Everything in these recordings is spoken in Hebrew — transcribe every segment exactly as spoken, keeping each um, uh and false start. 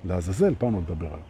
לעזאזל, פעם לא לדבר עליו.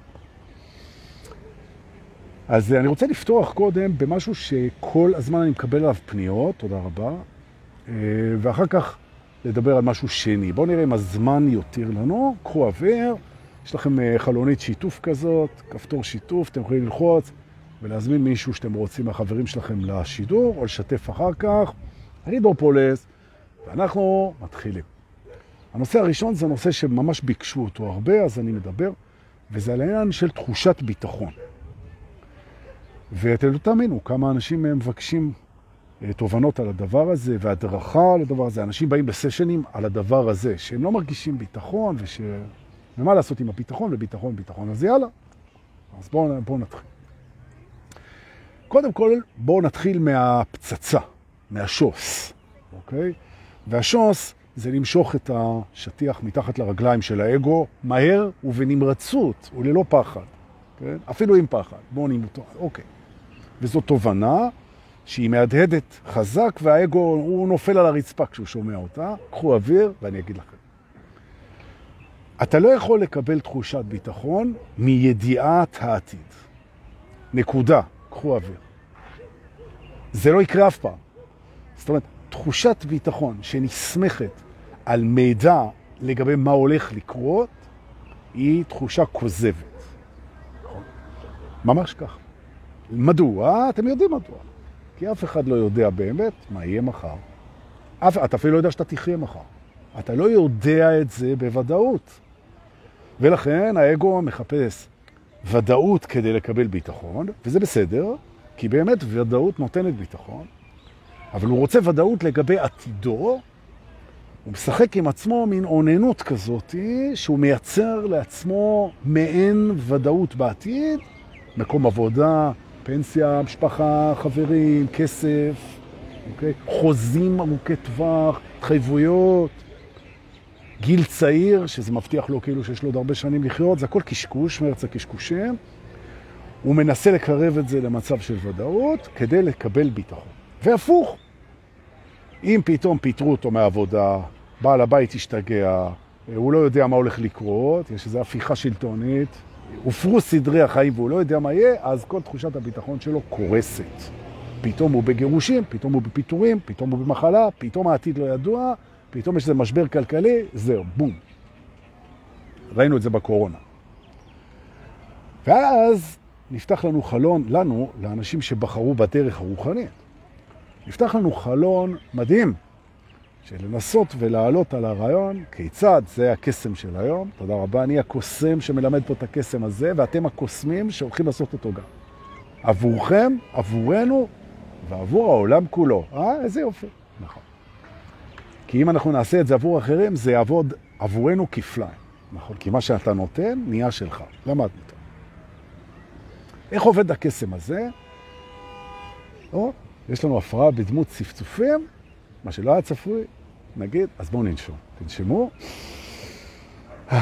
אז אני רוצה לפתוח קודם במשהו שכל הזמן אני מקבל עליו פניות, תודה רבה, ואחר כך לדבר על משהו שני. בואו נראה אם הזמן יותיר לנו. קחו אוויר, יש לכם חלונית שיתוף כזאת, כפתור שיתוף, אתם יכולים ללחוץ ולהזמין מישהו שאתם רוצים מהחברים שלכם לשידור, או לשתף אחר כך. אני דור פולס, ואנחנו מתחילים. הנושא הראשון זה נושא שממש ביקשו אותו הרבה, אז אני מדבר, וזה על העניין של תחושת ביטחון. ואתם לא תאמינו כמה אנשים מבקשים תובנות על הדבר הזה, והדרכה על הדבר הזה. אנשים באים לסשנים על הדבר הזה, שהם לא מרגישים ביטחון, וש... ומה לעשות עם הביטחון וביטחון ביטחון. אז יאללה, אז בואו בוא נתחיל. קודם כל, בואו נתחיל מהפצצה, מהשוס, אוקיי? והשוס זה למשוך את השטיח מתחת לרגליים של האגו, מהר ובנמרצות, וללא פחד, כן? אפילו עם פחד, בואו נמותו, אוקיי. וזו תובנה שהיא מהדהדת חזק, והאגו הוא נופל על הרצפה כשהוא שומע אותה. קחו אוויר ואני אגיד לכם. אתה לא יכול לקבל תחושת ביטחון מידיעת העתיד. נקודה. קחו אוויר. זה לא יקרה אף פעם. זאת אומרת, תחושת ביטחון שנסמכת על מידע לגבי מה הולך לקרות, היא תחושה כוזבת. ממש כך. מדוע? אתם יודעים מדוע. כי אף אחד לא יודע באמת מה יהיה מחר. אף, אתה אפילו לא יודע שאתה תחיה מחר. אתה לא יודע את זה בוודאות. ולכן האגו מחפש ודאות כדי לקבל ביטחון, וזה בסדר, כי באמת ודאות נותנת ביטחון, אבל הוא רוצה ודאות לגבי עתידו, הוא משחק עם עצמו מין עוננות כזאת, שהוא מייצר לעצמו מעין ודאות בעתיד, מקום עבודה, פנסיה, משפחה, חברים, כסף, אוקיי? חוזים ארוכי טווח, התחייבויות, גיל צעיר, שזה מבטיח לו כאילו שיש לו עוד הרבה שנים לחיות, זה הכל קשקוש, מרץ הקשקושים. הוא מנסה לקרב את זה למצב של ודאות כדי לקבל ביטחון. והפוך, אם פתאום פיטרו אותו מהעבודה, בעל הבית השתגע, הוא לא יודע מה הולך לקרות, יש איזו הפיכה שלטונית, הופרו סדרי החיים והוא לא יודע מה יהיה, אז כל תחושת הביטחון שלו קורסת. פתאום הוא בגירושים, פתאום הוא בפיטורים, פתאום הוא במחלה, פתאום העתיד לא ידוע, פתאום יש איזה משבר כלכלי, זהו, בום. ראינו את זה בקורונה. ואז נפתח לנו חלון, לנו, לאנשים שבחרו בדרך הרוחנית, נפתח לנו חלון מדהים, של לנסות ולעלות על הרעיון, כיצד, זה הקסם של היום, תודה רבה, אני הקוסם שמלמד פה את הקסם הזה, ואתם הקוסמים שהולכים לעשות אותו גם. עבורכם, עבורנו, ועבור העולם כולו. אה, איזה יופי. נכון. כי אם אנחנו נעשה את זה עבור אחרים, זה יעבוד עבורנו כפליים. נכון? כי מה שאתה נותן, נהיה שלך. למדנו אותו. איך עובד הקסם הזה? או, יש לנו הפרעה בדמות צפצופים, מה שלא היה צפוי, נגיד, אז בואו ננשום. תנשמו. זאת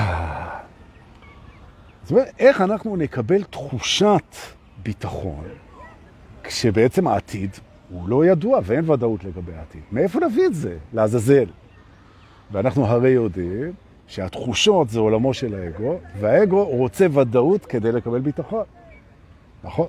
אומרת, איך אנחנו נקבל תחושת ביטחון, כשבעצם העתיד הוא לא ידוע ואין ודאות לגבי העתיד. מאיפה נביא את זה? לעזאזל. ואנחנו הרי יודעים שהתחושות זה עולמו של האגו, והאגו רוצה ודאות כדי לקבל ביטחון. נכון?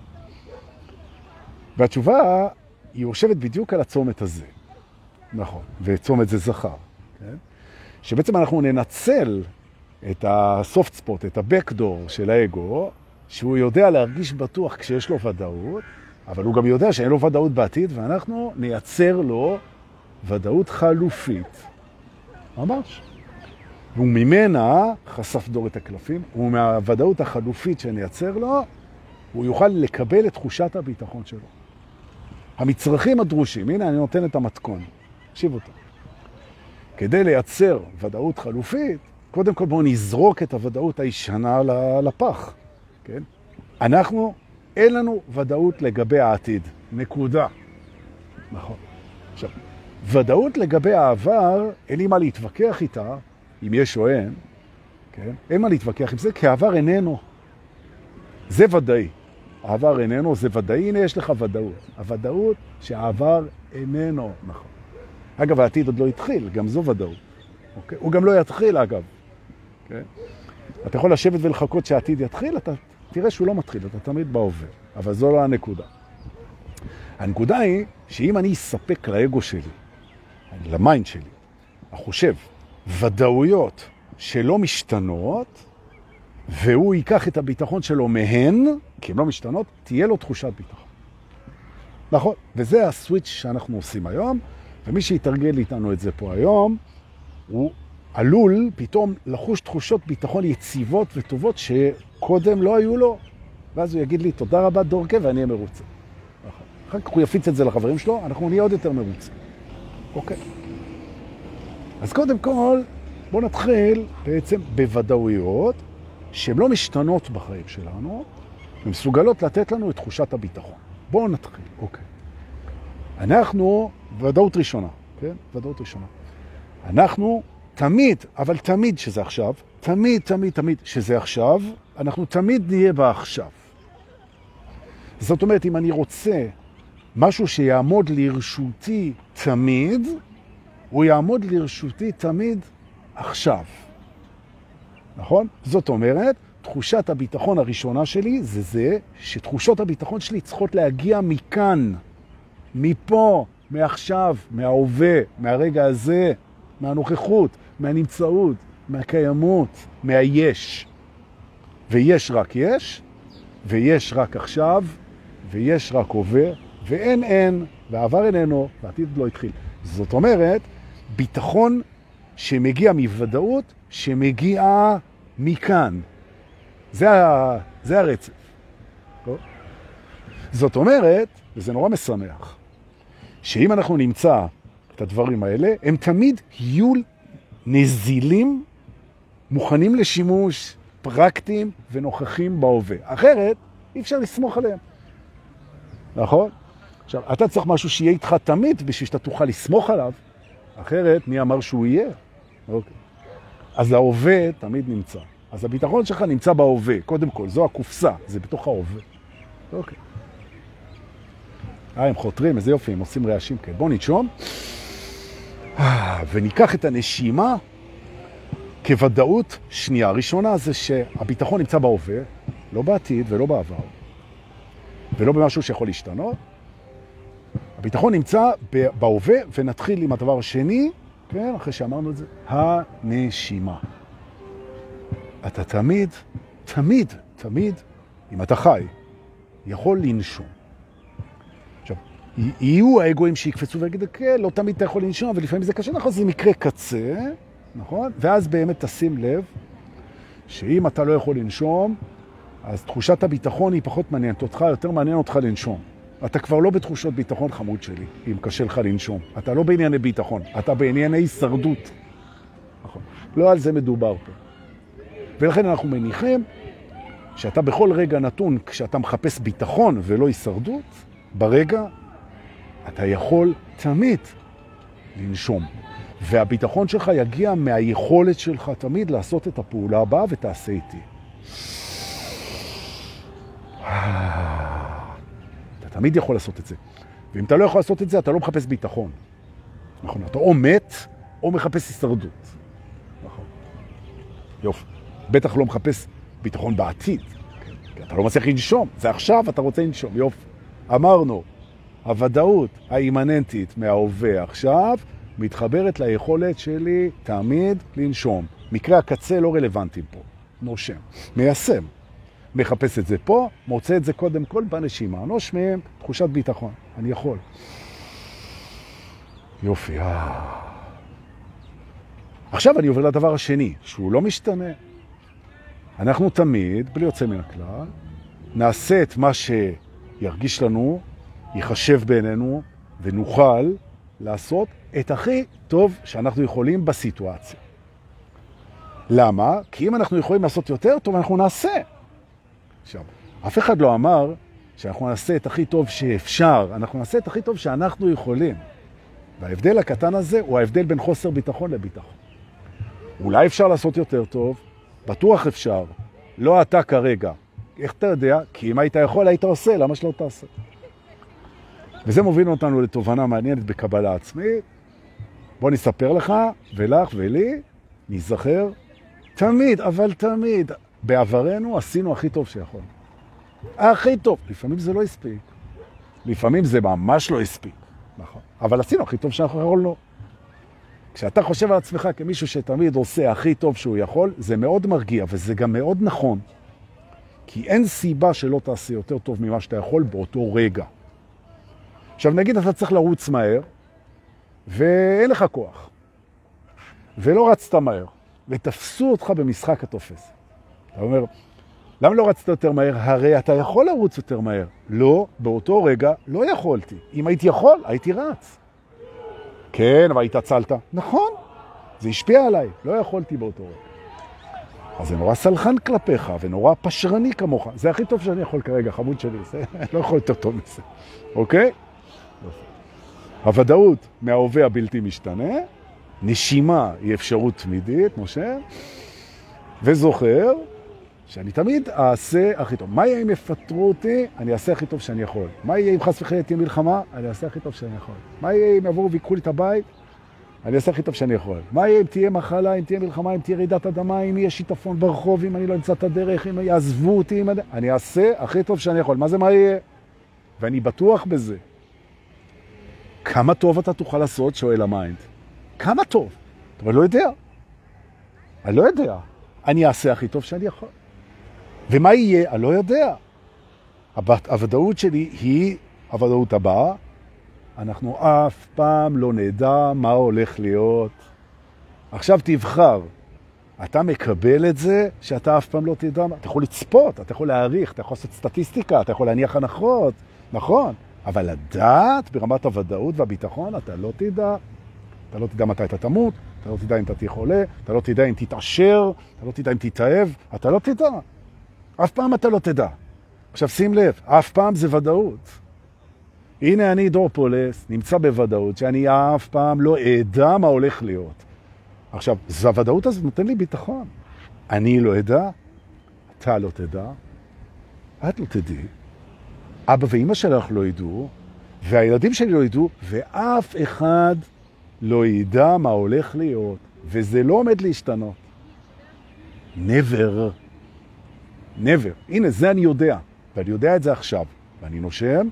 והתשובה היא יושבת בדיוק על הצומת הזה. נכון. וצומת זה זכר. כן? שבעצם אנחנו ננצל את הסופט ספוט, את הבקדור של האגו, שהוא יודע להרגיש בטוח כשיש לו ודאות, אבל הוא גם יודע שאין לו ודאות בעתיד, ואנחנו נייצר לו ודאות חלופית. ממש. והוא ממנה חשף דור את הקלפים, ומהוודאות החלופית שנייצר לו, הוא יוכל לקבל את תחושת הביטחון שלו. המצרכים הדרושים, הנה אני נותן את המתכון, תקשיב אותו. כדי לייצר ודאות חלופית, קודם כל בואו נזרוק את הוודאות הישנה לפח. כן? אנחנו, אין לנו ודאות לגבי העתיד. נקודה. נכון. עכשיו, ודאות לגבי העבר, אין לי מה להתווכח איתה, אם יש או אין, כן? אין מה להתווכח עם זה, כי העבר איננו. זה ודאי. העבר איננו, זה ודאי, הנה יש לך ודאות. הוודאות שהעבר איננו, נכון. אגב, העתיד עוד לא התחיל, גם זו ודאות. אוקיי? הוא גם לא יתחיל, אגב. כן? אתה יכול לשבת ולחכות שהעתיד יתחיל, אתה תראה שהוא לא מתחיל, אתה תמיד בהווה. אבל זו לא הנקודה. הנקודה היא שאם אני אספק לאגו שלי, למיינד שלי, החושב, ודאויות שלא משתנות, והוא ייקח את הביטחון שלו מהן, כי הן לא משתנות, תהיה לו תחושת ביטחון. נכון? וזה הסוויץ' שאנחנו עושים היום, ומי שיתרגל איתנו את זה פה היום, הוא עלול פתאום לחוש תחושות ביטחון יציבות וטובות שקודם לא היו לו. ואז הוא יגיד לי, תודה רבה דורקה, ואני אהיה מרוצה. אחר כך הוא יפיץ את זה לחברים שלו, אנחנו נהיה עוד יותר מרוצה. אוקיי. אז קודם כל, בואו נתחיל בעצם בוודאויות שהן לא משתנות בחיים שלנו, ומסוגלות לתת לנו את תחושת הביטחון. בואו נתחיל, אוקיי. אנחנו, ודאות ראשונה, כן? ודאות ראשונה. אנחנו תמיד, אבל תמיד שזה עכשיו, תמיד, תמיד, תמיד שזה עכשיו, אנחנו תמיד נהיה בעכשיו. זאת אומרת, אם אני רוצה משהו שיעמוד לרשותי תמיד, הוא יעמוד לרשותי תמיד עכשיו. נכון? זאת אומרת, תחושת הביטחון הראשונה שלי זה זה שתחושות הביטחון שלי צריכות להגיע מכאן, מפה, מעכשיו, מההווה, מהרגע הזה, מהנוכחות, מהנמצאות, מהקיימות, מהיש. ויש רק יש, ויש רק עכשיו, ויש רק הווה, ואין אין, והעבר איננו, והעתיד לא התחיל. זאת אומרת, ביטחון שמגיע מוודאות, שמגיע מכאן. זה, ה... זה הרצף. זאת אומרת, וזה נורא משמח, שאם אנחנו נמצא את הדברים האלה, הם תמיד יהיו נזילים, מוכנים לשימוש, פרקטיים ונוכחים בהווה. אחרת, אי אפשר לסמוך עליהם. נכון? עכשיו, אתה צריך משהו שיהיה איתך תמיד בשביל שאתה תוכל לסמוך עליו, אחרת מי אמר שהוא יהיה? אוקיי. אז ההווה תמיד נמצא. אז הביטחון שלך נמצא בהווה, קודם כל, זו הקופסה, זה בתוך ההווה. אוקיי. אה, הם חותרים, איזה יופי, הם עושים רעשים כאלה. בואו נתשום. וניקח את הנשימה כוודאות שנייה. הראשונה זה שהביטחון נמצא בהווה, לא בעתיד ולא בעבר, ולא במשהו שיכול להשתנות. הביטחון נמצא בהווה, ונתחיל עם הדבר השני, כן, אחרי שאמרנו את זה, הנשימה. אתה תמיד, תמיד, תמיד, אם אתה חי, יכול לנשום. עכשיו, יהיו האגואים שיקפצו ויגידו, כן, לא תמיד אתה יכול לנשום, ולפעמים זה קשה, נכון? זה מקרה קצה, נכון? ואז באמת תשים לב, שאם אתה לא יכול לנשום, אז תחושת הביטחון היא פחות מעניינת אותך, יותר מעניין אותך לנשום. אתה כבר לא בתחושות ביטחון חמוד שלי, אם קשה לך לנשום. אתה לא בענייני ביטחון, אתה בענייני הישרדות. נכון. לא על זה מדובר פה. ולכן אנחנו מניחים שאתה בכל רגע נתון, כשאתה מחפש ביטחון ולא הישרדות, ברגע אתה יכול תמיד לנשום. והביטחון שלך יגיע מהיכולת שלך תמיד לעשות את הפעולה הבאה ותעשה איתי. אתה תמיד יכול לעשות את זה. ואם אתה לא יכול לעשות את זה, אתה לא מחפש ביטחון. נכון, אתה או מת, או מחפש הישרדות. נכון. יופי. בטח לא מחפש ביטחון בעתיד. כי אתה לא מצליח לנשום. זה עכשיו אתה רוצה לנשום. יופי. אמרנו, הוודאות האימננטית מההווה עכשיו, מתחברת ליכולת שלי תמיד לנשום. מקרה הקצה לא רלוונטי פה. נושם. מיישם. מחפש את זה פה, מוצא את זה קודם כל בנשימה. נושמים, תחושת ביטחון. אני יכול. יופי. עכשיו אני עובר לדבר השני, שהוא לא משתנה. אנחנו תמיד, בלי יוצא מן הכלל, נעשה את מה שירגיש לנו, יחשב בינינו, ונוכל לעשות את הכי טוב שאנחנו יכולים בסיטואציה. למה? כי אם אנחנו יכולים לעשות יותר טוב, אנחנו נעשה. עכשיו, אף אחד לא אמר שאנחנו נעשה את הכי טוב שאפשר, אנחנו נעשה את הכי טוב שאנחנו יכולים. וההבדל הקטן הזה הוא ההבדל בין חוסר ביטחון לביטחון. אולי אפשר לעשות יותר טוב, בטוח אפשר, לא אתה כרגע. איך אתה יודע? כי אם היית יכול, היית עושה, למה שלא תעשה? וזה מוביל אותנו לתובנה מעניינת בקבלה עצמית. בוא נספר לך, ולך ולי, נזכר, תמיד, אבל תמיד. בעברנו עשינו הכי טוב שיכול. הכי טוב. לפעמים זה לא הספיק. לפעמים זה ממש לא הספיק. נכון. אבל עשינו הכי טוב שאנחנו יכולנו. כשאתה חושב על עצמך כמישהו שתמיד עושה הכי טוב שהוא יכול, זה מאוד מרגיע, וזה גם מאוד נכון. כי אין סיבה שלא תעשה יותר טוב ממה שאתה יכול באותו רגע. עכשיו נגיד אתה צריך לרוץ מהר, ואין לך כוח. ולא רצת מהר, ותפסו אותך במשחק התופס. אתה אומר, למה לא רצת יותר מהר? הרי אתה יכול לרוץ יותר מהר. לא, באותו רגע לא יכולתי. אם הייתי יכול, הייתי רץ. כן, אבל התעצלת. נכון, זה השפיע עליי. לא יכולתי באותו רגע. אז זה נורא סלחן כלפיך, ונורא פשרני כמוך. זה הכי טוב שאני יכול כרגע, חמוד שלי. זה לא יכול יותר טוב מזה. אוקיי? הוודאות מההווה הבלתי משתנה, נשימה היא אפשרות תמידית, משה, וזוכר שאני תמיד אעשה הכי טוב. מה יהיה אם יפטרו אותי? אני אעשה הכי טוב שאני יכול. מה יהיה אם חס וחלילה תהיה מלחמה? אני אעשה הכי טוב שאני יכול. מה יהיה אם יבואו ויקחו לי את הבית? אני אעשה הכי טוב שאני יכול. מה יהיה אם תהיה מחלה, אם תהיה מלחמה, אם תהיה רעידת אדמה, אם יהיה שיטפון ברחוב, אם אני לא אמצא את הדרך, אם יעזבו אותי, אם... אני אעשה הכי טוב שאני יכול. מה זה מה יהיה? ואני בטוח בזה. כמה טוב אתה תוכל לעשות, שואל המיינד. כמה טוב? אבל לא יודע. אני לא יודע. אני אעשה הכי טוב שאני יכול. ומה יהיה? אני לא יודע. הוודאות שלי היא הוודאות הבאה. אנחנו אף פעם לא נדע מה הולך להיות. עכשיו תבחר. אתה מקבל את זה שאתה אף פעם לא תדע. אתה יכול לצפות, אתה יכול להעריך, אתה יכול לעשות סטטיסטיקה, אתה יכול להניח הנחות. נכון. אבל לדעת ברמת הוודאות והביטחון, אתה לא תדע. אתה לא תדע מתי אתה תמות, אתה לא תדע אם אתה תהיה חולה, אתה לא תדע אם תתעשר, אתה לא תדע אם תתאהב, אתה לא תדע. אף פעם אתה לא תדע. עכשיו שים לב, אף פעם זה ודאות. הנה אני דורפולס, נמצא בוודאות, שאני אף פעם לא אדע מה הולך להיות. עכשיו, זו הוודאות הזאת נותן לי ביטחון. אני לא אדע, אתה לא תדע, את לא תדעי, אבא ואמא שלך לא ידעו, והילדים שלי לא ידעו, ואף אחד לא ידע מה הולך להיות, וזה לא עומד להשתנות. never. never. הנה, זה אני יודע, ואני יודע את זה עכשיו, ואני נושם.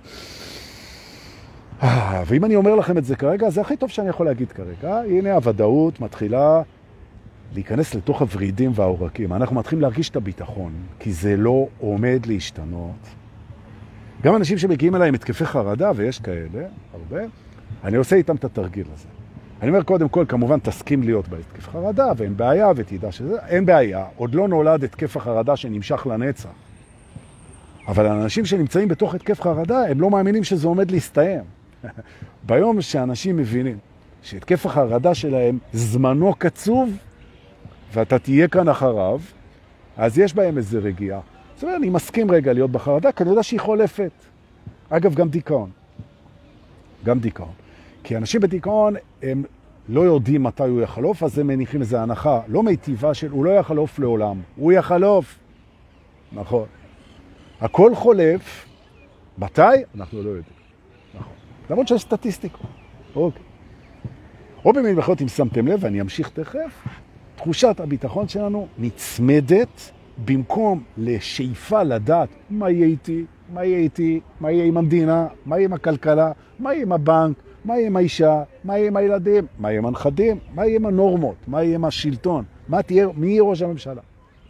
ואם אני אומר לכם את זה כרגע, זה הכי טוב שאני יכול להגיד כרגע. הנה, הוודאות מתחילה להיכנס לתוך הורידים והעורקים. אנחנו מתחילים להרגיש את הביטחון, כי זה לא עומד להשתנות. גם אנשים שמגיעים אליי עם התקפי חרדה, ויש כאלה, הרבה, אני עושה איתם את התרגיל הזה. אני אומר קודם כל, כמובן תסכים להיות בהתקף חרדה, ואין בעיה, ותדע שזה, אין בעיה. עוד לא נולד התקף החרדה שנמשך לנצח. אבל האנשים שנמצאים בתוך התקף חרדה, הם לא מאמינים שזה עומד להסתיים. ביום שאנשים מבינים שהתקף החרדה שלהם זמנו קצוב, ואתה תהיה כאן אחריו, אז יש בהם איזה רגיעה. זאת אומרת, אני מסכים רגע להיות בחרדה, כי אני יודע שהיא חולפת. אגב, גם דיכאון. גם דיכאון. כי אנשים בדיכאון, הם לא יודעים מתי הוא יחלוף, אז הם מניחים איזו הנחה, לא מיטיבה של, הוא לא יחלוף לעולם, הוא יחלוף. נכון. הכל חולף, מתי? אנחנו לא יודעים. נכון. למרות שיש סטטיסטיקה. אוקיי. או במילים אחרות, אם שמתם לב, ואני אמשיך תכף, תחושת הביטחון שלנו נצמדת במקום לשאיפה לדעת מה יהיה איתי, מה יהיה איתי, מה יהיה עם המדינה, מה יהיה עם הכלכלה, מה יהיה עם הבנק, מה יהיה עם האישה, מה יהיה עם הילדים, מה יהיה עם הנכדים, מה יהיה עם הנורמות, מה יהיה עם השלטון, מה תהיה, מי יהיה ראש הממשלה.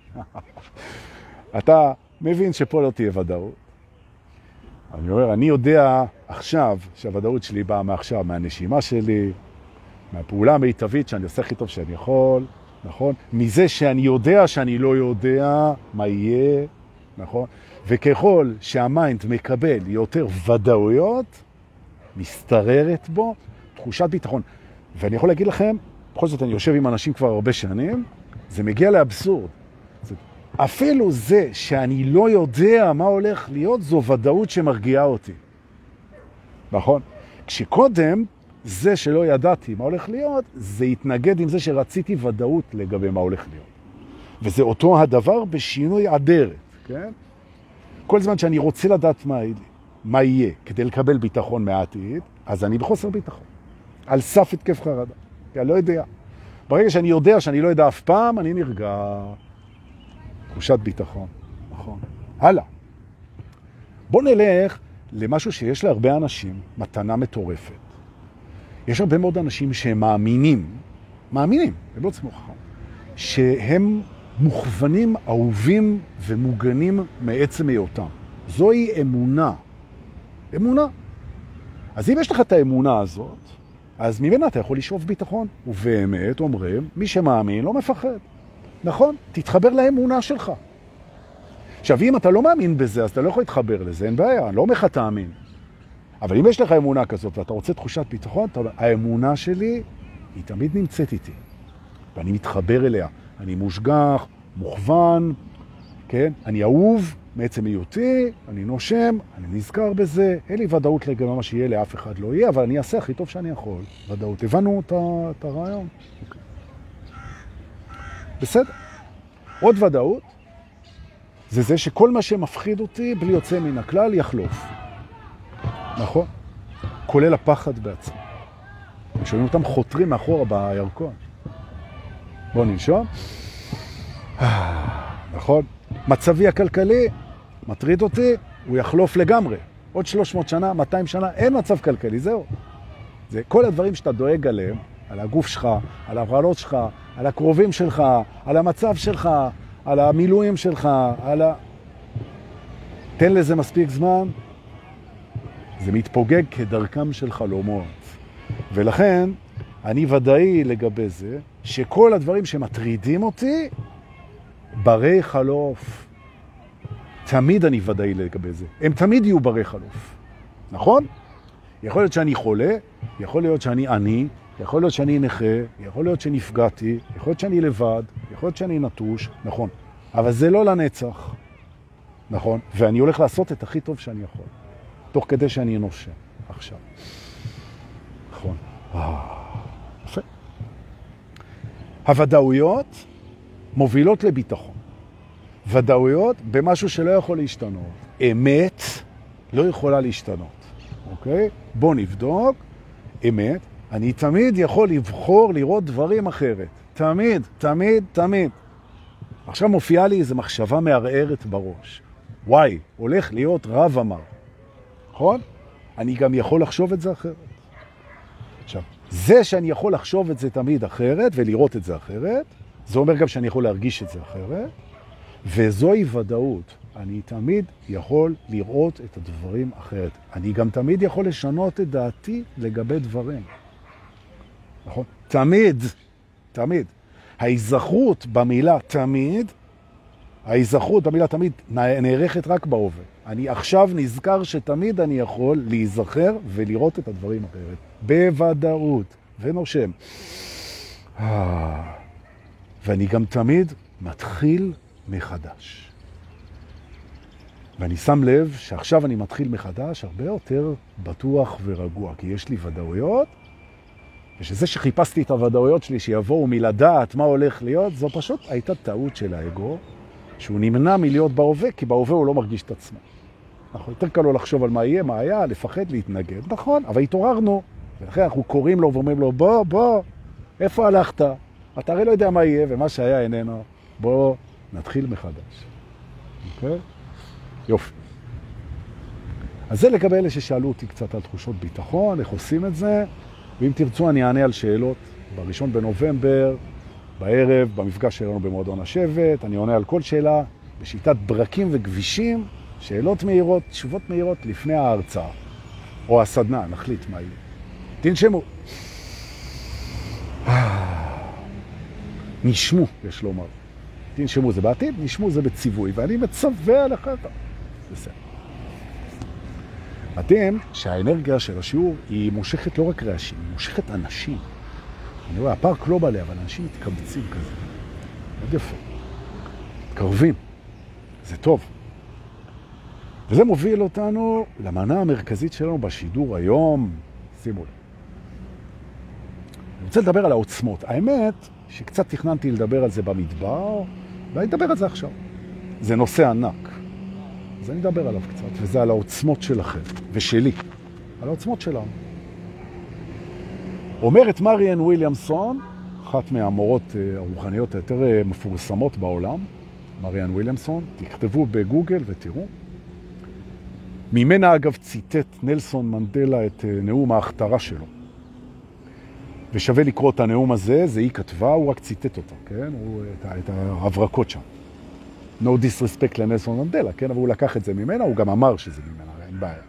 אתה מבין שפה לא תהיה ודאות. אני אומר, אני יודע עכשיו שהוודאות שלי באה מעכשיו, מהנשימה שלי, מהפעולה המיטבית שאני עושה הכי טוב שאני יכול, נכון? מזה שאני יודע שאני לא יודע מה יהיה, נכון? וככל שהמיינד מקבל יותר ודאויות, מסתררת בו תחושת ביטחון. ואני יכול להגיד לכם, בכל זאת אני יושב עם אנשים כבר הרבה שנים, זה מגיע לאבסורד. זה, אפילו זה שאני לא יודע מה הולך להיות, זו ודאות שמרגיעה אותי. נכון? כשקודם זה שלא ידעתי מה הולך להיות, זה יתנגד עם זה שרציתי ודאות לגבי מה הולך להיות. וזה אותו הדבר בשינוי אדרת, כן? כל זמן שאני רוצה לדעת מה, מה יהיה כדי לקבל ביטחון מהעתיד, אז אני בחוסר ביטחון. על סף התקף חרדה. כי אני לא יודע. ברגע שאני יודע שאני לא יודע אף פעם, אני נרגע. תחושת ביטחון. נכון. הלאה. בוא נלך למשהו שיש להרבה אנשים, מתנה מטורפת. יש הרבה מאוד אנשים שהם מאמינים, מאמינים, הם לא צריכים חכם, שהם מוכוונים, אהובים ומוגנים מעצם היותם. זוהי אמונה. אמונה. אז אם יש לך את האמונה הזאת, אז ממנה אתה יכול לשאוף ביטחון. ובאמת אומרים, מי שמאמין לא מפחד. נכון? תתחבר לאמונה שלך. עכשיו, אם אתה לא מאמין בזה, אז אתה לא יכול להתחבר לזה, אין בעיה, אני לא אומר לך תאמין. אבל אם יש לך אמונה כזאת ואתה רוצה תחושת ביטחון, אתה אומר, האמונה שלי היא תמיד נמצאת איתי. ואני מתחבר אליה. אני מושגח, מוכוון, כן? אני אהוב מעצם היותי, אני נושם, אני נזכר בזה. אין לי ודאות לגבי מה שיהיה, לאף אחד לא יהיה, אבל אני אעשה הכי טוב שאני יכול. ודאות. הבנו את, את הרעיון? אוקיי. בסדר. עוד ודאות, זה זה שכל מה שמפחיד אותי, בלי יוצא מן הכלל, יחלוף. נכון? כולל הפחד בעצם. שומעים אותם חותרים מאחורה בירקון. בואו ננשום. נכון? מצבי הכלכלי מטריד אותי, הוא יחלוף לגמרי. עוד שלוש מאות שנה, מאתיים שנה, אין מצב כלכלי, זהו. זה כל הדברים שאתה דואג עליהם, על הגוף שלך, על ההברלות שלך, על הקרובים שלך, על המצב שלך, על המילואים שלך, על ה... תן לזה מספיק זמן, זה מתפוגג כדרכם של חלומות. ולכן, אני ודאי לגבי זה, שכל הדברים שמטרידים אותי, ברי חלוף. תמיד אני ודאי לגבי זה. הם תמיד יהיו ברי חלוף. נכון? יכול להיות שאני חולה, יכול להיות שאני עני, יכול להיות שאני נכה, יכול להיות שנפגעתי, יכול להיות שאני לבד, יכול להיות שאני נטוש, נכון. אבל זה לא לנצח. נכון? ואני הולך לעשות את הכי טוב שאני יכול. תוך כדי שאני נושם. עכשיו. נכון. יפה. הוודאויות מובילות לביטחון. ודאויות במשהו שלא יכול להשתנות. אמת לא יכולה להשתנות. אוקיי? בוא נבדוק. אמת. אני תמיד יכול לבחור לראות דברים אחרת. תמיד, תמיד, תמיד. עכשיו מופיעה לי איזו מחשבה מערערת בראש. וואי, הולך להיות רב אמר. נכון? אני גם יכול לחשוב את זה אחרת. עכשיו, זה שאני יכול לחשוב את זה תמיד אחרת ולראות את זה אחרת, זה אומר גם שאני יכול להרגיש את זה אחרת, וזוהי ודאות. אני תמיד יכול לראות את הדברים אחרת. אני גם תמיד יכול לשנות את דעתי לגבי דברים. נכון? תמיד, תמיד. ההיזכרות במילה תמיד, ההיזכרות במילה תמיד נערכת רק בהווה. אני עכשיו נזכר שתמיד אני יכול להיזכר ולראות את הדברים אחרת. בוודאות. ונושם. ואני גם תמיד מתחיל מחדש. ואני שם לב שעכשיו אני מתחיל מחדש הרבה יותר בטוח ורגוע, כי יש לי ודאויות, ושזה שחיפשתי את הוודאויות שלי שיבואו מלדעת מה הולך להיות, זו פשוט הייתה טעות של האגו, שהוא נמנע מלהיות בהווה, כי בהווה הוא לא מרגיש את עצמו. נכון, יותר קל לו לחשוב על מה יהיה, מה היה, לפחד, להתנגד. נכון, אבל התעוררנו, ולכן אנחנו קוראים לו ואומרים לו, בוא, בוא, איפה הלכת? אתה הרי לא יודע מה יהיה, ומה שהיה איננו. בוא נתחיל מחדש. אוקיי? יופי. אז זה לגבי אלה ששאלו אותי קצת על תחושות ביטחון, איך עושים את זה, ואם תרצו אני אענה על שאלות בראשון בנובמבר, בערב, במפגש שלנו במועדון השבט, אני עונה על כל שאלה בשיטת ברקים וכבישים, שאלות מהירות, תשובות מהירות לפני ההרצאה, או הסדנה, נחליט מה יהיה. תנשמו. נשמו, יש לומר. תנשמו זה בעתיד, נשמו זה בציווי, ואני מצווה עליך את זה. בסדר. אתם, שהאנרגיה של השיעור היא מושכת לא רק רעשים, היא מושכת אנשים. אני רואה, הפארק לא בא, אבל אנשים מתקבצים כזה. מאוד יפה. מתקרבים. זה טוב. וזה מוביל אותנו למנה המרכזית שלנו בשידור היום. שימו לב. אני רוצה לדבר על העוצמות. האמת שקצת תכננתי לדבר על זה במדבר, ואני אדבר על זה עכשיו. זה נושא ענק. אז אני אדבר עליו קצת, וזה על העוצמות שלכם, ושלי. על העוצמות שלנו. אומרת מריאן וויליאמסון, אחת מהמורות הרוחניות היותר מפורסמות בעולם, מריאן וויליאמסון, תכתבו בגוגל ותראו. ממנה אגב ציטט נלסון מנדלה את נאום ההכתרה שלו. ושווה לקרוא את הנאום הזה, זה היא כתבה, הוא רק ציטט אותה, כן? הוא, את, את ההברקות שם. No disrespect לנלסון מנדלה, כן? אבל הוא לקח את זה ממנה, הוא גם אמר שזה ממנה, אין בעיה.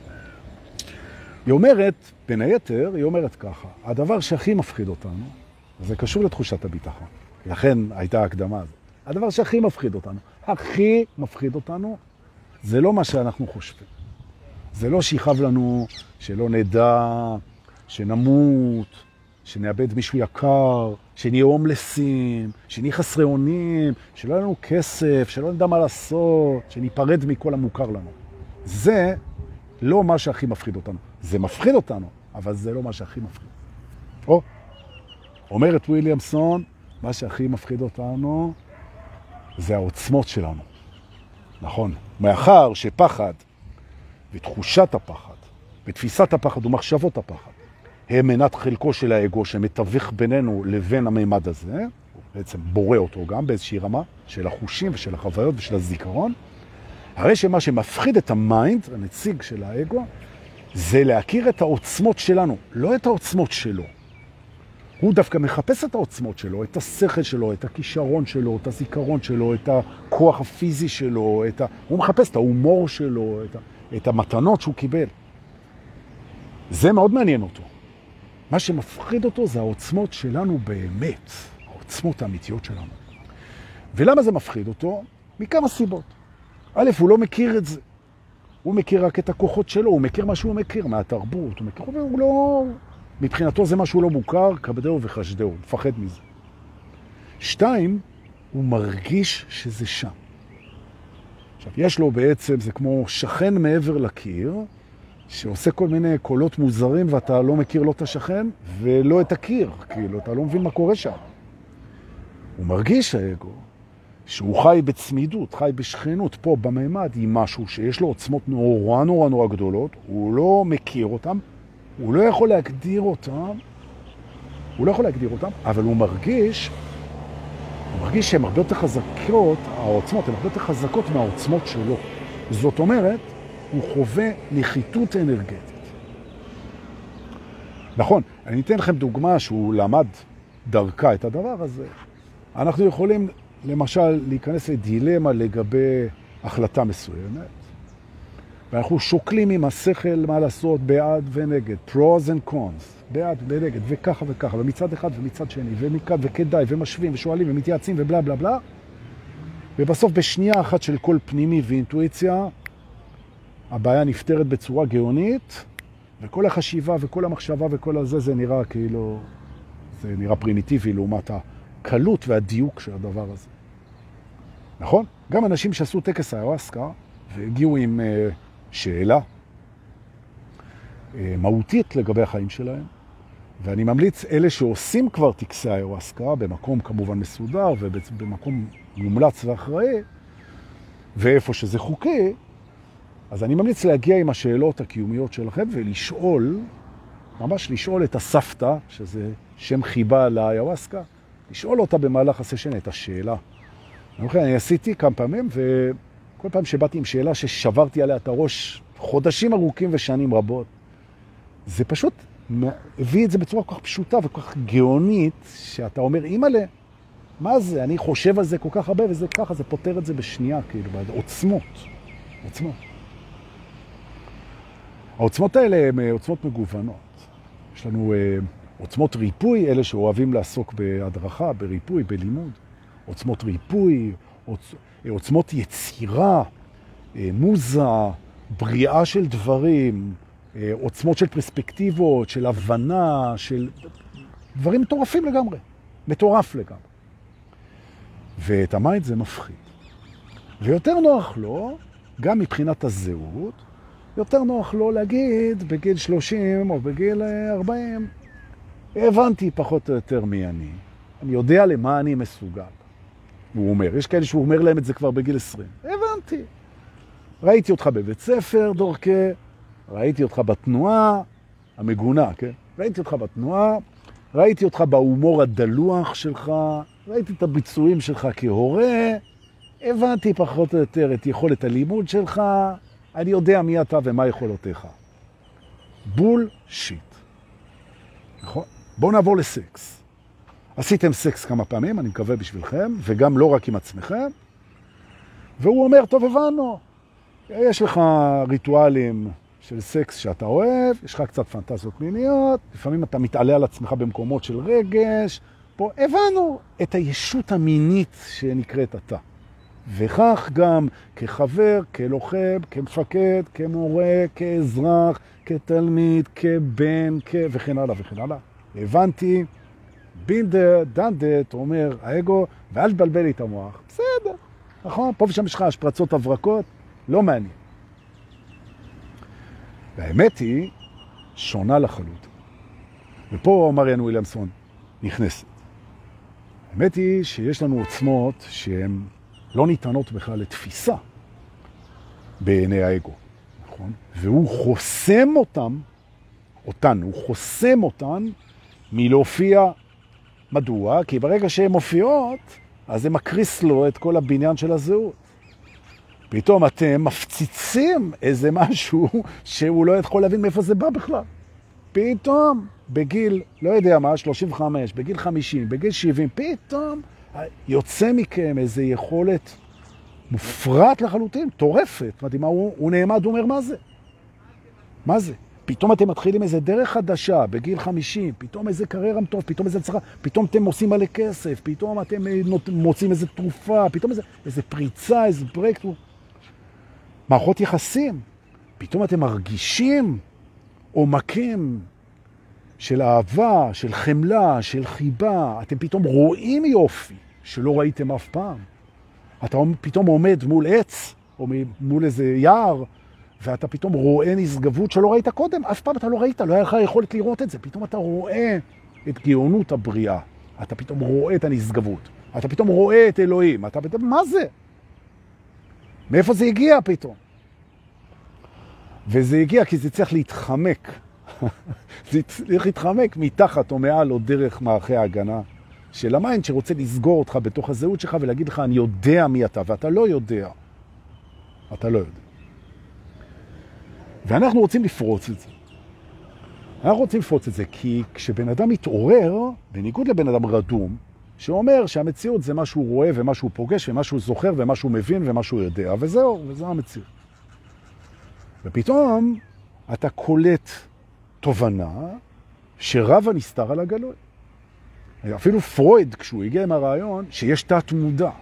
היא אומרת, בין היתר, היא אומרת ככה, הדבר שהכי מפחיד אותנו, זה קשור לתחושת הביטחון. לכן הייתה ההקדמה הזאת. הדבר שהכי מפחיד אותנו, הכי מפחיד אותנו, זה לא מה שאנחנו חושבים. זה לא שיחב לנו, שלא נדע, שנמות, שנאבד מישהו יקר, שנהיה הומלסים, שנהיה חסרי אונים, שלא יהיה לנו כסף, שלא נדע מה לעשות, שניפרד מכל המוכר לנו. זה לא מה שהכי מפחיד אותנו. זה מפחיד אותנו, אבל זה לא מה שהכי מפחיד. או, אומרת וויליאמסון, מה שהכי מפחיד אותנו זה העוצמות שלנו. נכון. מאחר שפחד ותחושת הפחד ותפיסת הפחד ומחשבות הפחד הם מנת חלקו של האגו שמתווך בינינו לבין המימד הזה, הוא בעצם בורא אותו גם באיזושהי רמה של החושים ושל החוויות ושל הזיכרון, הרי שמה שמפחיד את המיינד, הנציג של האגו, זה להכיר את העוצמות שלנו, לא את העוצמות שלו. הוא דווקא מחפש את העוצמות שלו, את השכל שלו, את הכישרון שלו, את הזיכרון שלו, את הכוח הפיזי שלו, את ה... הוא מחפש את ההומור שלו, את, ה... את המתנות שהוא קיבל. זה מאוד מעניין אותו. מה שמפחיד אותו זה העוצמות שלנו באמת, העוצמות האמיתיות שלנו. ולמה זה מפחיד אותו? מכמה סיבות. א', הוא לא מכיר את זה. הוא מכיר רק את הכוחות שלו, הוא מכיר מה שהוא מכיר מהתרבות, הוא מכיר, הוא לא... מבחינתו זה משהו לא מוכר, כבדהו וחשדהו, הוא מפחד מזה. שתיים, הוא מרגיש שזה שם. עכשיו, יש לו בעצם, זה כמו שכן מעבר לקיר, שעושה כל מיני קולות מוזרים, ואתה לא מכיר לא את השכן, ולא את הקיר, כאילו, אתה לא מבין מה קורה שם. הוא מרגיש, האגו, שהוא חי בצמידות, חי בשכנות, פה בממד, עם משהו שיש לו עוצמות נורא נורא נורא גדולות, הוא לא מכיר אותם, הוא לא יכול להגדיר אותם, הוא לא יכול להגדיר אותם, אבל הוא מרגיש, הוא מרגיש שהן הרבה יותר חזקות, העוצמות הן הרבה יותר חזקות מהעוצמות שלו. זאת אומרת, הוא חווה נחיתות אנרגטית. נכון, אני אתן לכם דוגמה שהוא למד דרכה את הדבר הזה. אנחנו יכולים למשל להיכנס לדילמה לגבי החלטה מסוימת, ואנחנו שוקלים עם השכל מה לעשות בעד ונגד, pros and cons, בעד ונגד, וככה וככה, ומצד אחד ומצד שני, ומכאן וכדאי, ומשווים ושואלים ומתייעצים ובלה בלה בלה, ובסוף בשנייה אחת של כל פנימי ואינטואיציה, הבעיה נפתרת בצורה גאונית, וכל החשיבה וכל המחשבה וכל הזה, זה נראה כאילו, זה נראה פרימיטיבי לעומת הקלות והדיוק של הדבר הזה. נכון? גם אנשים שעשו טקס האיוואסקה, והגיעו עם uh, שאלה uh, מהותית לגבי החיים שלהם, ואני ממליץ אלה שעושים כבר טקסי האיוואסקה, במקום כמובן מסודר ובמקום מומלץ ואחראי, ואיפה שזה חוקי, אז אני ממליץ להגיע עם השאלות הקיומיות שלכם ולשאול, ממש לשאול את הסבתא, שזה שם חיבה לאיוואסקה, לשאול אותה במהלך הסשן את השאלה. אני עשיתי כמה פעמים, וכל פעם שבאתי עם שאלה ששברתי עליה את הראש חודשים ארוכים ושנים רבות, זה פשוט הביא את זה בצורה כל כך פשוטה וכל כך גאונית, שאתה אומר, אימא'לה, מה זה? אני חושב על זה כל כך הרבה, וזה ככה, זה פותר את זה בשנייה, כאילו, בעוצמות. עוצמות. העוצמות האלה הן עוצמות מגוונות. יש לנו עוצמות ריפוי, אלה שאוהבים לעסוק בהדרכה, בריפוי, בלימוד. עוצמות ריפוי, עוצ... עוצמות יצירה, מוזה, בריאה של דברים, עוצמות של פרספקטיבות, של הבנה, של דברים מטורפים לגמרי. מטורף לגמרי. ואת המיינד זה מפחיד. ויותר נוח לו, גם מבחינת הזהות, יותר נוח לו להגיד בגיל שלושים או בגיל ארבעים, הבנתי פחות או יותר מי אני. אני יודע למה אני מסוגל. הוא אומר, יש כאלה שהוא אומר להם את זה כבר בגיל עשרים. הבנתי. ראיתי אותך בבית ספר, דורקה, ראיתי אותך בתנועה המגונה, כן? ראיתי אותך בתנועה, ראיתי אותך בהומור הדלוח שלך, ראיתי את הביצועים שלך כהורה, הבנתי פחות או יותר את יכולת הלימוד שלך, אני יודע מי אתה ומה יכולותיך. בול שיט. נכון? בואו נעבור לסקס. עשיתם סקס כמה פעמים, אני מקווה בשבילכם, וגם לא רק עם עצמכם. והוא אומר, טוב, הבנו. יש לך ריטואלים של סקס שאתה אוהב, יש לך קצת פנטזיות מיניות, לפעמים אתה מתעלה על עצמך במקומות של רגש. פה הבנו את הישות המינית שנקראת אתה. וכך גם כחבר, כלוחם, כמפקד, כמורה, כאזרח, כתלמיד, כבן, כ... וכן הלאה וכן הלאה. הבנתי, בינדר, דנדת, אומר האגו, ואל תבלבל לי את המוח. בסדר, נכון? פה ושם יש לך השפרצות הברקות, לא מעניין. והאמת היא שונה לחלוטין. ופה מריאן וויליאמסון נכנסת. האמת היא שיש לנו עוצמות שהן לא ניתנות בכלל לתפיסה בעיני האגו, נכון? והוא חוסם אותם, אותן, הוא חוסם אותן מלהופיע. מדוע? כי ברגע שהן מופיעות, אז זה מקריס לו את כל הבניין של הזהות. פתאום אתם מפציצים איזה משהו שהוא לא יכול להבין מאיפה זה בא בכלל. פתאום, בגיל, לא יודע מה, שלושים וחמש, בגיל חמישים, בגיל שבעים, פתאום יוצא מכם איזו יכולת מופרעת לחלוטין, טורפת. מדהימה, הוא, הוא נעמד, הוא אומר, מה זה? מה זה? פתאום אתם מתחילים איזה דרך חדשה, בגיל חמישים, פתאום איזה קריירה טוב, פתאום איזה צרה, פתאום אתם עושים מלא כסף, פתאום אתם מוצאים איזה תרופה, פתאום איזה, איזה פריצה, איזה ברקטור. מערכות יחסים. פתאום אתם מרגישים עומקים של אהבה, של חמלה, של חיבה. אתם פתאום רואים יופי שלא ראיתם אף פעם. אתה פתאום עומד מול עץ, או מול איזה יער, ואתה פתאום רואה נשגבות שלא ראית קודם. אף פעם אתה לא ראית, לא היה לך יכולת לראות את זה. פתאום אתה רואה את גאונות הבריאה. אתה פתאום רואה את הנשגבות. אתה פתאום רואה את אלוהים. אתה פתאום, מה זה? מאיפה זה הגיע פתאום? וזה הגיע כי זה צריך להתחמק. זה צריך להתחמק מתחת או מעל או דרך מערכי ההגנה של המיינד שרוצה לסגור אותך בתוך הזהות שלך ולהגיד לך, אני יודע מי אתה, ואתה לא יודע. אתה לא יודע. ואנחנו רוצים לפרוץ את זה. אנחנו רוצים לפרוץ את זה כי כשבן אדם מתעורר, בניגוד לבן אדם רדום, שאומר שהמציאות זה מה שהוא רואה ומה שהוא פוגש ומה שהוא זוכר ומה שהוא מבין ומה שהוא יודע, וזהו, וזו המציאות. ופתאום אתה קולט תובנה שרב הנסתר על הגלוי. אפילו פרויד, כשהוא הגיע עם הרעיון, שיש תת מודע.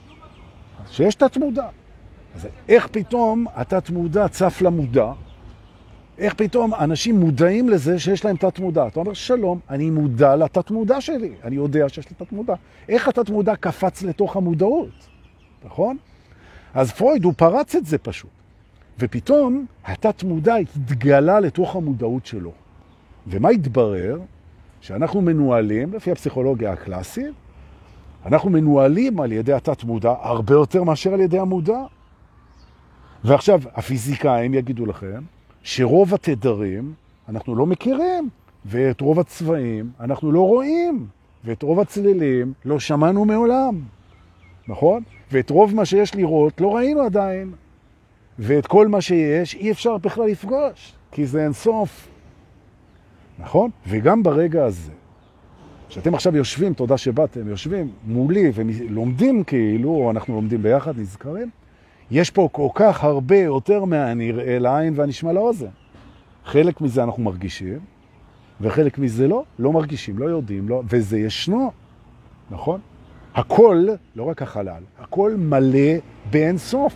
שיש תת מודע. אז איך פתאום התת מודע צף למודע? איך פתאום אנשים מודעים לזה שיש להם תת מודע? אתה אומר, שלום, אני מודע לתת מודע שלי. אני יודע שיש לי תת מודע. איך התת מודע קפץ לתוך המודעות? נכון? אז פרויד, הוא פרץ את זה פשוט. ופתאום התת מודע התגלה לתוך המודעות שלו. ומה התברר? שאנחנו מנוהלים, לפי הפסיכולוגיה הקלאסית, אנחנו מנוהלים על ידי התת מודע הרבה יותר מאשר על ידי המודע. ועכשיו, הפיזיקאים יגידו לכם שרוב התדרים אנחנו לא מכירים, ואת רוב הצבעים אנחנו לא רואים, ואת רוב הצלילים לא שמענו מעולם, נכון? ואת רוב מה שיש לראות לא ראינו עדיין, ואת כל מה שיש אי אפשר בכלל לפגוש, כי זה אינסוף, נכון? וגם ברגע הזה, שאתם עכשיו יושבים, תודה שבאתם, יושבים מולי ולומדים כאילו, או אנחנו לומדים ביחד, נזכרים, יש פה כל כך הרבה יותר מהנראה לעין והנשמע לאוזן. חלק מזה אנחנו מרגישים, וחלק מזה לא, לא מרגישים, לא יודעים, לא, וזה ישנו, נכון? הכל, לא רק החלל, הכל מלא באין סוף.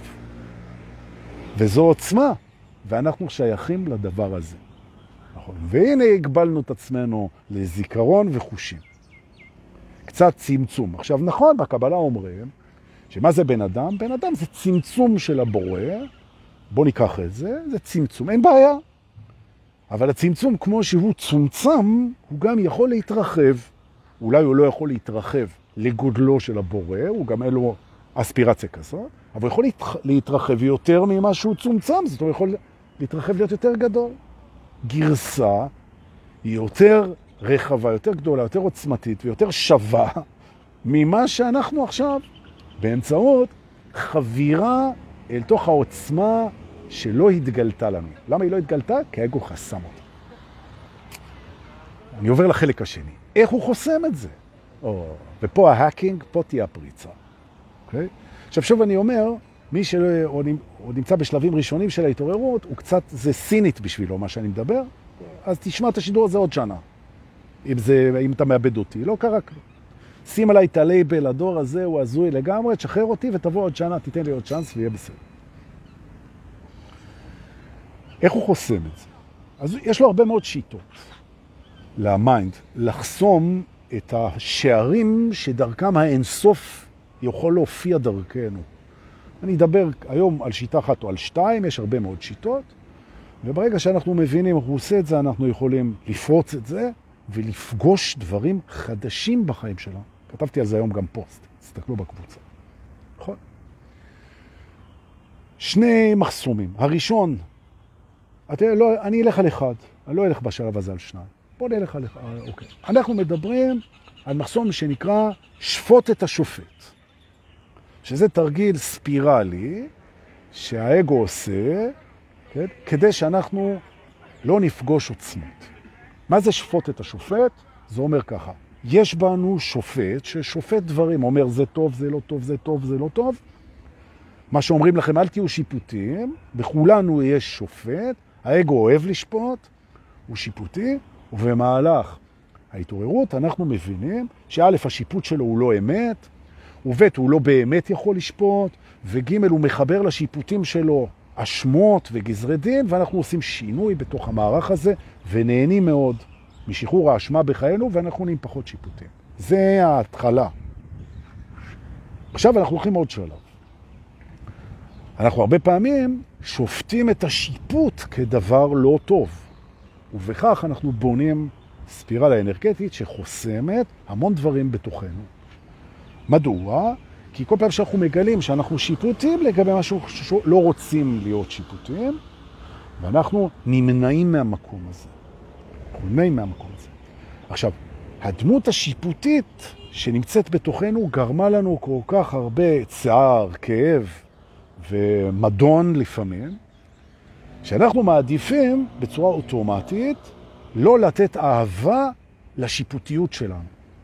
וזו עוצמה, ואנחנו שייכים לדבר הזה. נכון? והנה הגבלנו את עצמנו לזיכרון וחושים. קצת צמצום. עכשיו נכון, בקבלה אומרים, שמה זה בן אדם? בן אדם זה צמצום של הבורא, בוא ניקח את זה, זה צמצום, אין בעיה. אבל הצמצום כמו שהוא צומצם, הוא גם יכול להתרחב. אולי הוא לא יכול להתרחב לגודלו של הבורא, הוא גם אין לו אספירציה כזאת, אבל הוא יכול להתרחב יותר ממה שהוא צומצם, זאת אומרת, הוא יכול להתרחב להיות יותר גדול. גרסה היא יותר רחבה, יותר גדולה, יותר עוצמתית ויותר שווה ממה שאנחנו עכשיו באמצעות חבירה אל תוך העוצמה שלא התגלתה לנו. למה היא לא התגלתה? כי האגו חסם אותה. אני עובר לחלק השני. איך הוא חוסם את זה? או, ופה ההאקינג, פה תהיה הפריצה. אוקיי? עכשיו שוב אני אומר, מי שעוד נמצא בשלבים ראשונים של ההתעוררות, הוא קצת, זה סינית בשבילו מה שאני מדבר, אז תשמע את השידור הזה עוד שנה. אם, זה, אם אתה מאבד אותי, לא קרה כלום. שים עליי את הלייבל, הדור הזה הוא הזוי לגמרי, תשחרר אותי ותבוא עוד שנה, תיתן לי עוד צ'אנס ויהיה בסדר. איך הוא חוסם את זה? אז יש לו הרבה מאוד שיטות למיינד, לחסום את השערים שדרכם האינסוף יכול להופיע דרכנו. אני אדבר היום על שיטה אחת או על שתיים, יש הרבה מאוד שיטות, וברגע שאנחנו מבינים איך הוא עושה את זה, אנחנו יכולים לפרוץ את זה ולפגוש דברים חדשים בחיים שלנו. כתבתי על זה היום גם פוסט, תסתכלו בקבוצה. נכון? שני מחסומים. הראשון, את, לא, אני אלך על אחד, אני לא אלך בשלב הזה על שניים. בוא נלך על אחד, אוקיי. אנחנו מדברים על מחסום שנקרא שפוט את השופט. שזה תרגיל ספירלי שהאגו עושה, כן? כדי שאנחנו לא נפגוש עוצמות. מה זה שפוט את השופט? זה אומר ככה, יש בנו שופט ששופט דברים, אומר זה טוב, זה לא טוב, זה טוב, זה לא טוב. מה שאומרים לכם, אל תהיו שיפוטיים, בכולנו יש שופט, האגו אוהב לשפוט, הוא שיפוטי, ובמהלך ההתעוררות אנחנו מבינים שא' השיפוט שלו הוא לא אמת, וב' הוא לא באמת יכול לשפוט, וג' הוא מחבר לשיפוטים שלו אשמות וגזרי דין, ואנחנו עושים שינוי בתוך המערך הזה, ונהנים מאוד משחרור האשמה בחיינו, ואנחנו נהיים פחות שיפוטים. זה ההתחלה. עכשיו אנחנו הולכים עוד שלב. אנחנו הרבה פעמים שופטים את השיפוט כדבר לא טוב, ובכך אנחנו בונים ספירלה אנרגטית שחוסמת המון דברים בתוכנו. מדוע? כי כל פעם שאנחנו מגלים שאנחנו שיפוטים לגבי משהו שלא רוצים להיות שיפוטים, ואנחנו נמנעים מהמקום הזה. נמנעים מהמקום הזה. עכשיו, הדמות השיפוטית שנמצאת בתוכנו גרמה לנו כל כך הרבה צער, כאב ומדון לפעמים, שאנחנו מעדיפים בצורה אוטומטית לא לתת אהבה לשיפוטיות שלנו.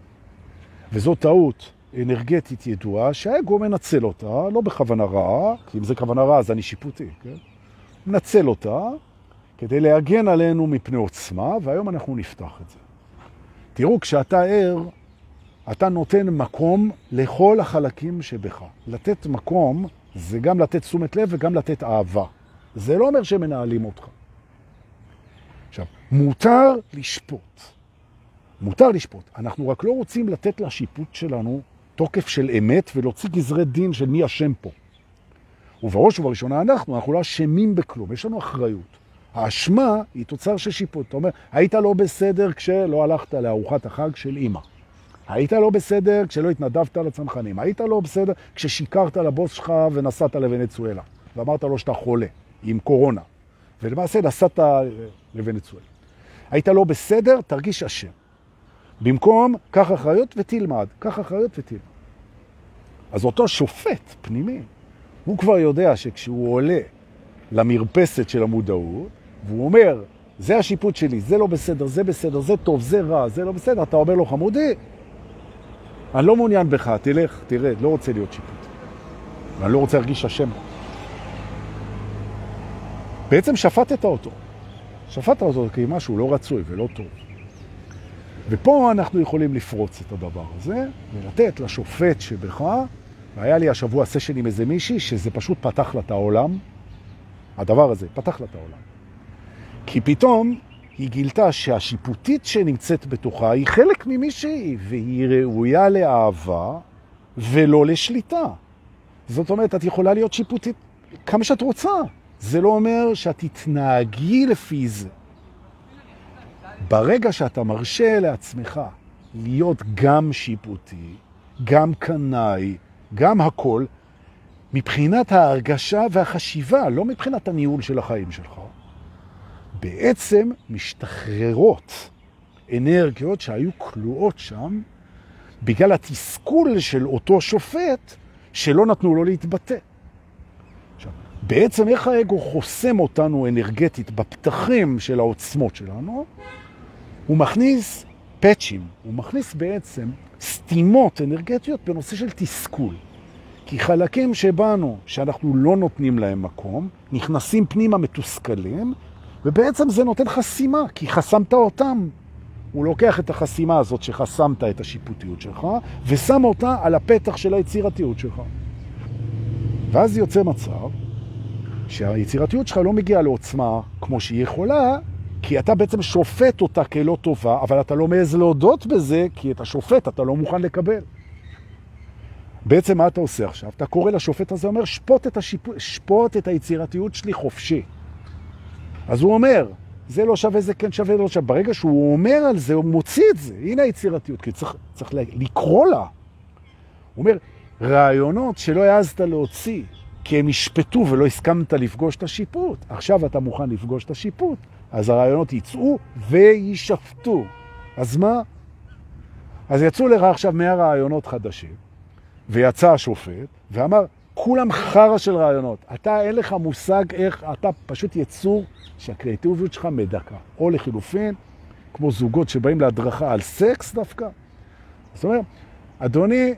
וזו טעות אנרגטית ידועה שהאגו מנצל אותה, לא בכוונה רעה, כי אם זה כוונה רעה אז אני שיפוטי, כן? מנצל אותה כדי להגן עלינו מפני עוצמה, והיום אנחנו נפתח את זה. תראו, כשאתה ער, אתה נותן מקום לכל החלקים שבך. לתת מקום זה גם לתת תשומת לב וגם לתת אהבה. זה לא אומר שמנהלים אותך. עכשיו, מותר לשפוט. מותר לשפוט. אנחנו רק לא רוצים לתת לשיפוט שלנו תוקף של אמת ולהוציא גזרי דין של מי אשם פה. ובראש ובראשונה אנחנו, אנחנו לא אשמים בכלום, יש לנו אחריות. האשמה היא תוצר של שיפוט. אתה אומר, היית לא בסדר כשלא הלכת לארוחת החג של אמא. היית לא בסדר כשלא התנדבת לצנחנים. היית לא בסדר כששיקרת לבוס שלך ונסעת לוונצואלה. ואמרת לו שאתה חולה עם קורונה. ולמעשה נסעת לוונצואלה. היית לא בסדר, תרגיש אשם. במקום, קח אחריות ותלמד. קח אחריות ותלמד. אז אותו שופט פנימי, הוא כבר יודע שכשהוא עולה למרפסת של המודעות, והוא אומר, זה השיפוט שלי, זה לא בסדר, זה בסדר, זה טוב, זה רע, זה לא בסדר, אתה אומר לו, חמודי, אני לא מעוניין בך, תלך, תרד, לא רוצה להיות שיפוט. ואני לא רוצה להרגיש אשם. בעצם שפטת אותו. שפטת אותו כי משהו לא רצוי ולא טוב. ופה אנחנו יכולים לפרוץ את הדבר הזה, ולתת לשופט שבך, והיה לי השבוע סשן עם איזה מישהי, שזה פשוט פתח לה את העולם, הדבר הזה, פתח לה את העולם. כי פתאום היא גילתה שהשיפוטית שנמצאת בתוכה היא חלק ממישהי, והיא ראויה לאהבה ולא לשליטה. זאת אומרת, את יכולה להיות שיפוטית כמה שאת רוצה. זה לא אומר שאת תתנהגי לפי זה. ברגע שאתה מרשה לעצמך להיות גם שיפוטי, גם קנאי, גם הכל, מבחינת ההרגשה והחשיבה, לא מבחינת הניהול של החיים שלך, בעצם משתחררות אנרגיות שהיו כלואות שם, בגלל התסכול של אותו שופט שלא נתנו לו להתבטא. עכשיו, בעצם איך האגו חוסם אותנו אנרגטית בפתחים של העוצמות שלנו? הוא מכניס פאצ'ים, הוא מכניס בעצם סתימות אנרגטיות בנושא של תסכול. כי חלקים שבנו, שאנחנו לא נותנים להם מקום, נכנסים פנימה מתוסכלים, ובעצם זה נותן חסימה, כי חסמת אותם. הוא לוקח את החסימה הזאת שחסמת את השיפוטיות שלך, ושם אותה על הפתח של היצירתיות שלך. ואז יוצא מצב שהיצירתיות שלך לא מגיעה לעוצמה כמו שהיא יכולה, כי אתה בעצם שופט אותה כלא טובה, אבל אתה לא מעז להודות בזה, כי את השופט אתה לא מוכן לקבל. בעצם מה אתה עושה עכשיו? אתה קורא לשופט הזה, אומר, שפוט את, השיפ... שפוט את היצירתיות שלי חופשי. אז הוא אומר, זה לא שווה, זה כן שווה, לא שווה. ברגע שהוא אומר על זה, הוא מוציא את זה. הנה היצירתיות, כי צריך, צריך לקרוא לה. הוא אומר, רעיונות שלא העזת להוציא, כי הם ישפטו ולא הסכמת לפגוש את השיפוט. עכשיו אתה מוכן לפגוש את השיפוט. אז הרעיונות יצאו וישפטו. אז מה? אז יצאו לך עכשיו מאה רעיונות חדשים, ויצא השופט, ואמר, כולם חרה של רעיונות. אתה, אין לך מושג איך, אתה פשוט יצור שהקריאטיביות שלך מדקה. או לחילופין, כמו זוגות שבאים להדרכה על סקס דווקא. זאת אומרת, אדוני,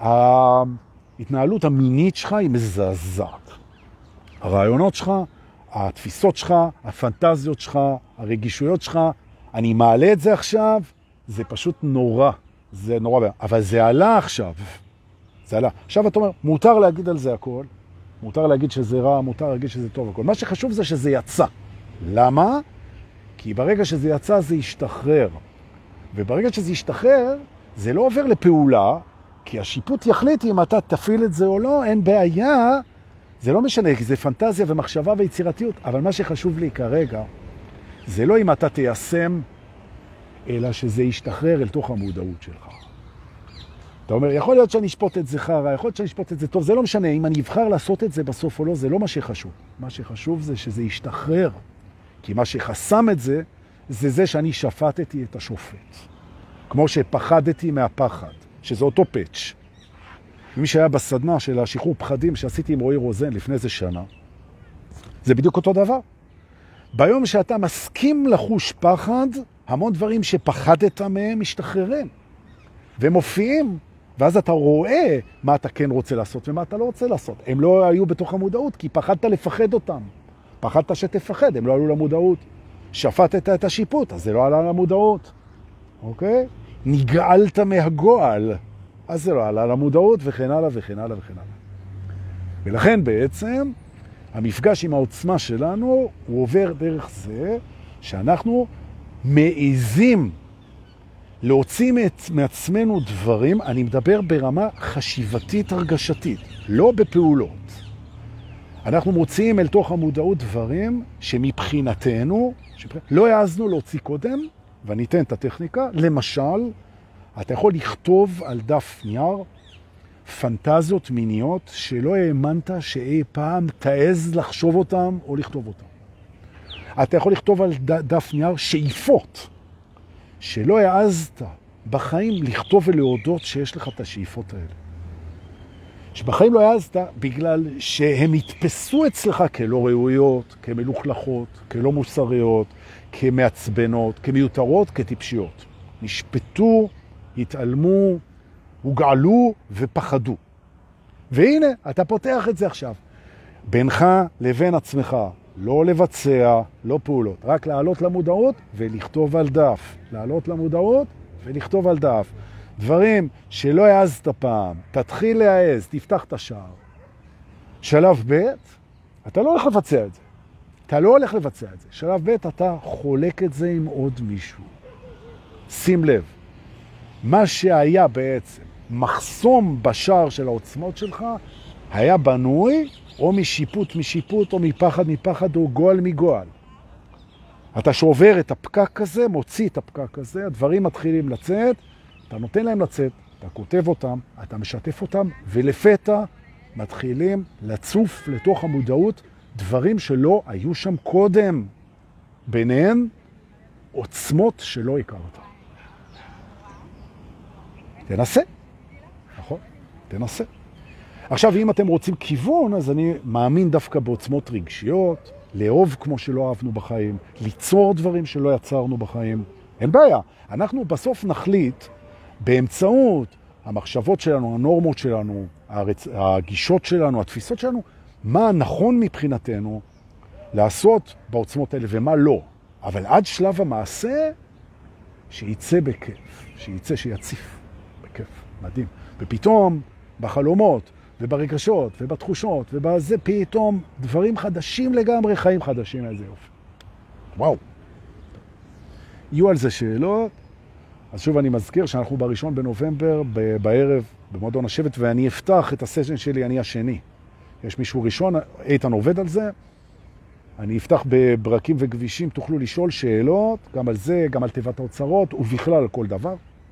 ההתנהלות המינית שלך היא מזעזעת. הרעיונות שלך, התפיסות שלך, הפנטזיות שלך, הרגישויות שלך, אני מעלה את זה עכשיו, זה פשוט נורא. זה נורא, אבל זה עלה עכשיו. זה עלה. עכשיו אתה אומר, מותר להגיד על זה הכל, מותר להגיד שזה רע, מותר להגיד שזה טוב הכל. מה שחשוב זה שזה יצא. למה? כי ברגע שזה יצא זה ישתחרר. וברגע שזה ישתחרר, זה לא עובר לפעולה, כי השיפוט יחליט אם אתה תפעיל את זה או לא, אין בעיה. זה לא משנה, כי זה פנטזיה ומחשבה ויצירתיות, אבל מה שחשוב לי כרגע, זה לא אם אתה תיישם, אלא שזה ישתחרר אל תוך המודעות שלך. אתה אומר, יכול להיות שאני אשפוט את זה חרה, יכול להיות שאני אשפוט את זה טוב, זה לא משנה, אם אני אבחר לעשות את זה בסוף או לא, זה לא מה שחשוב. מה שחשוב זה שזה ישתחרר, כי מה שחסם את זה, זה זה שאני שפטתי את השופט. כמו שפחדתי מהפחד, שזה אותו פאץ'. מי שהיה בסדנה של השחרור פחדים שעשיתי עם רועי רוזן לפני זה שנה, זה בדיוק אותו דבר. ביום שאתה מסכים לחוש פחד, המון דברים שפחדת מהם משתחררים. והם מופיעים, ואז אתה רואה מה אתה כן רוצה לעשות ומה אתה לא רוצה לעשות. הם לא היו בתוך המודעות, כי פחדת לפחד אותם. פחדת שתפחד, הם לא עלו למודעות. שפטת את השיפוט, אז זה לא עלה למודעות. אוקיי? נגעלת מהגועל, אז זה לא עלה למודעות, וכן הלאה וכן הלאה וכן הלאה. ולכן בעצם, המפגש עם העוצמה שלנו, הוא עובר דרך זה, שאנחנו מעזים להוציא מעצמנו דברים, אני מדבר ברמה חשיבתית הרגשתית, לא בפעולות. אנחנו מוציאים אל תוך המודעות דברים שמבחינתנו, לא העזנו להוציא קודם, ואני אתן את הטכניקה, למשל, אתה יכול לכתוב על דף נייר פנטזיות מיניות שלא האמנת שאי פעם תעז לחשוב אותם או לכתוב אותם. אתה יכול לכתוב על דף נייר שאיפות, שלא העזת בחיים לכתוב ולהודות שיש לך את השאיפות האלה. שבחיים לא העזת בגלל שהם התפסו אצלך כלא ראויות, כמלוכלכות, כלא מוסריות, כמעצבנות, כמיותרות, כטיפשיות. נשפטו, התעלמו, הוגעלו ופחדו. והנה, אתה פותח את זה עכשיו. בינך לבין עצמך, לא לבצע, לא פעולות, רק לעלות למודעות ולכתוב על דף. לעלות למודעות ולכתוב על דף. דברים שלא העזת פעם, תתחיל להעז, תפתח את השער. שלב ב', אתה לא הולך לבצע את זה. אתה לא הולך לבצע את זה. שלב ב', אתה חולק את זה עם עוד מישהו. שים לב, מה שהיה בעצם מחסום בשער של העוצמות שלך, היה בנוי או משיפוט משיפוט, או מפחד מפחד, או גועל מגועל. אתה שובר את הפקק הזה, מוציא את הפקק הזה, הדברים מתחילים לצאת, אתה נותן להם לצאת, אתה כותב אותם, אתה משתף אותם, ולפתע מתחילים לצוף לתוך המודעות דברים שלא היו שם קודם. ביניהם עוצמות שלא הכרת. תנסה. נכון? תנסה. עכשיו, אם אתם רוצים כיוון, אז אני מאמין דווקא בעוצמות רגשיות, לאהוב כמו שלא אהבנו בחיים, ליצור דברים שלא יצרנו בחיים. אין בעיה. אנחנו בסוף נחליט באמצעות המחשבות שלנו, הנורמות שלנו, הרצ... הגישות שלנו, התפיסות שלנו, מה נכון מבחינתנו לעשות בעוצמות האלה ומה לא. אבל עד שלב המעשה, שיצא בכיף, שיצא שיציף בכיף, מדהים. ופתאום בחלומות וברגשות ובתחושות ובזה פתאום דברים חדשים לגמרי, חיים חדשים, איזה יופי. וואו. יהיו על זה שאלות. אז שוב אני מזכיר שאנחנו בראשון בנובמבר בערב במועדון השבט, ואני אפתח את הסשן שלי, אני השני. יש מישהו ראשון, איתן עובד על זה. אני אפתח בברקים וכבישים, תוכלו לשאול שאלות, גם על זה, גם על תיבת האוצרות, ובכלל על כל דבר.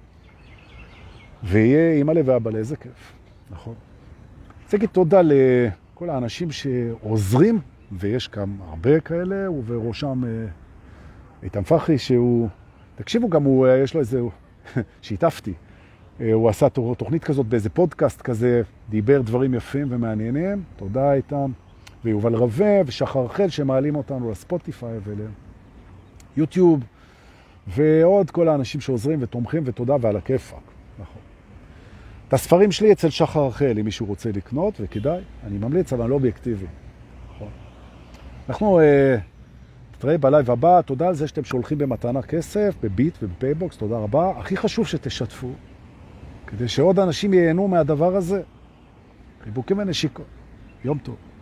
ויהיה אימא לב ואבא לאיזה כיף, נכון? רוצה להגיד תודה לכל האנשים שעוזרים, ויש גם הרבה כאלה, ובראשם איתן פחי, שהוא, תקשיבו, גם הוא, יש לו איזה, שיתפתי, הוא עשה תוכנית כזאת באיזה פודקאסט כזה, דיבר דברים יפים ומעניינים, תודה איתן. ויובל רווה ושחר רחל שמעלים אותנו לספוטיפיי וליוטיוב, ועוד כל האנשים שעוזרים ותומכים, ותודה ועל הכיפק. נכון. את הספרים שלי אצל שחר רחל, אם מישהו רוצה לקנות, וכדאי, אני ממליץ, אבל אני לא אובייקטיבי. נכון. אנחנו אה, נתראה בלייב הבא, תודה על זה שאתם שולחים במתנה כסף, בביט ובפייבוקס, תודה רבה. הכי חשוב שתשתפו, כדי שעוד אנשים ייהנו מהדבר הזה. חיבוקים ונשיקות. יום טוב.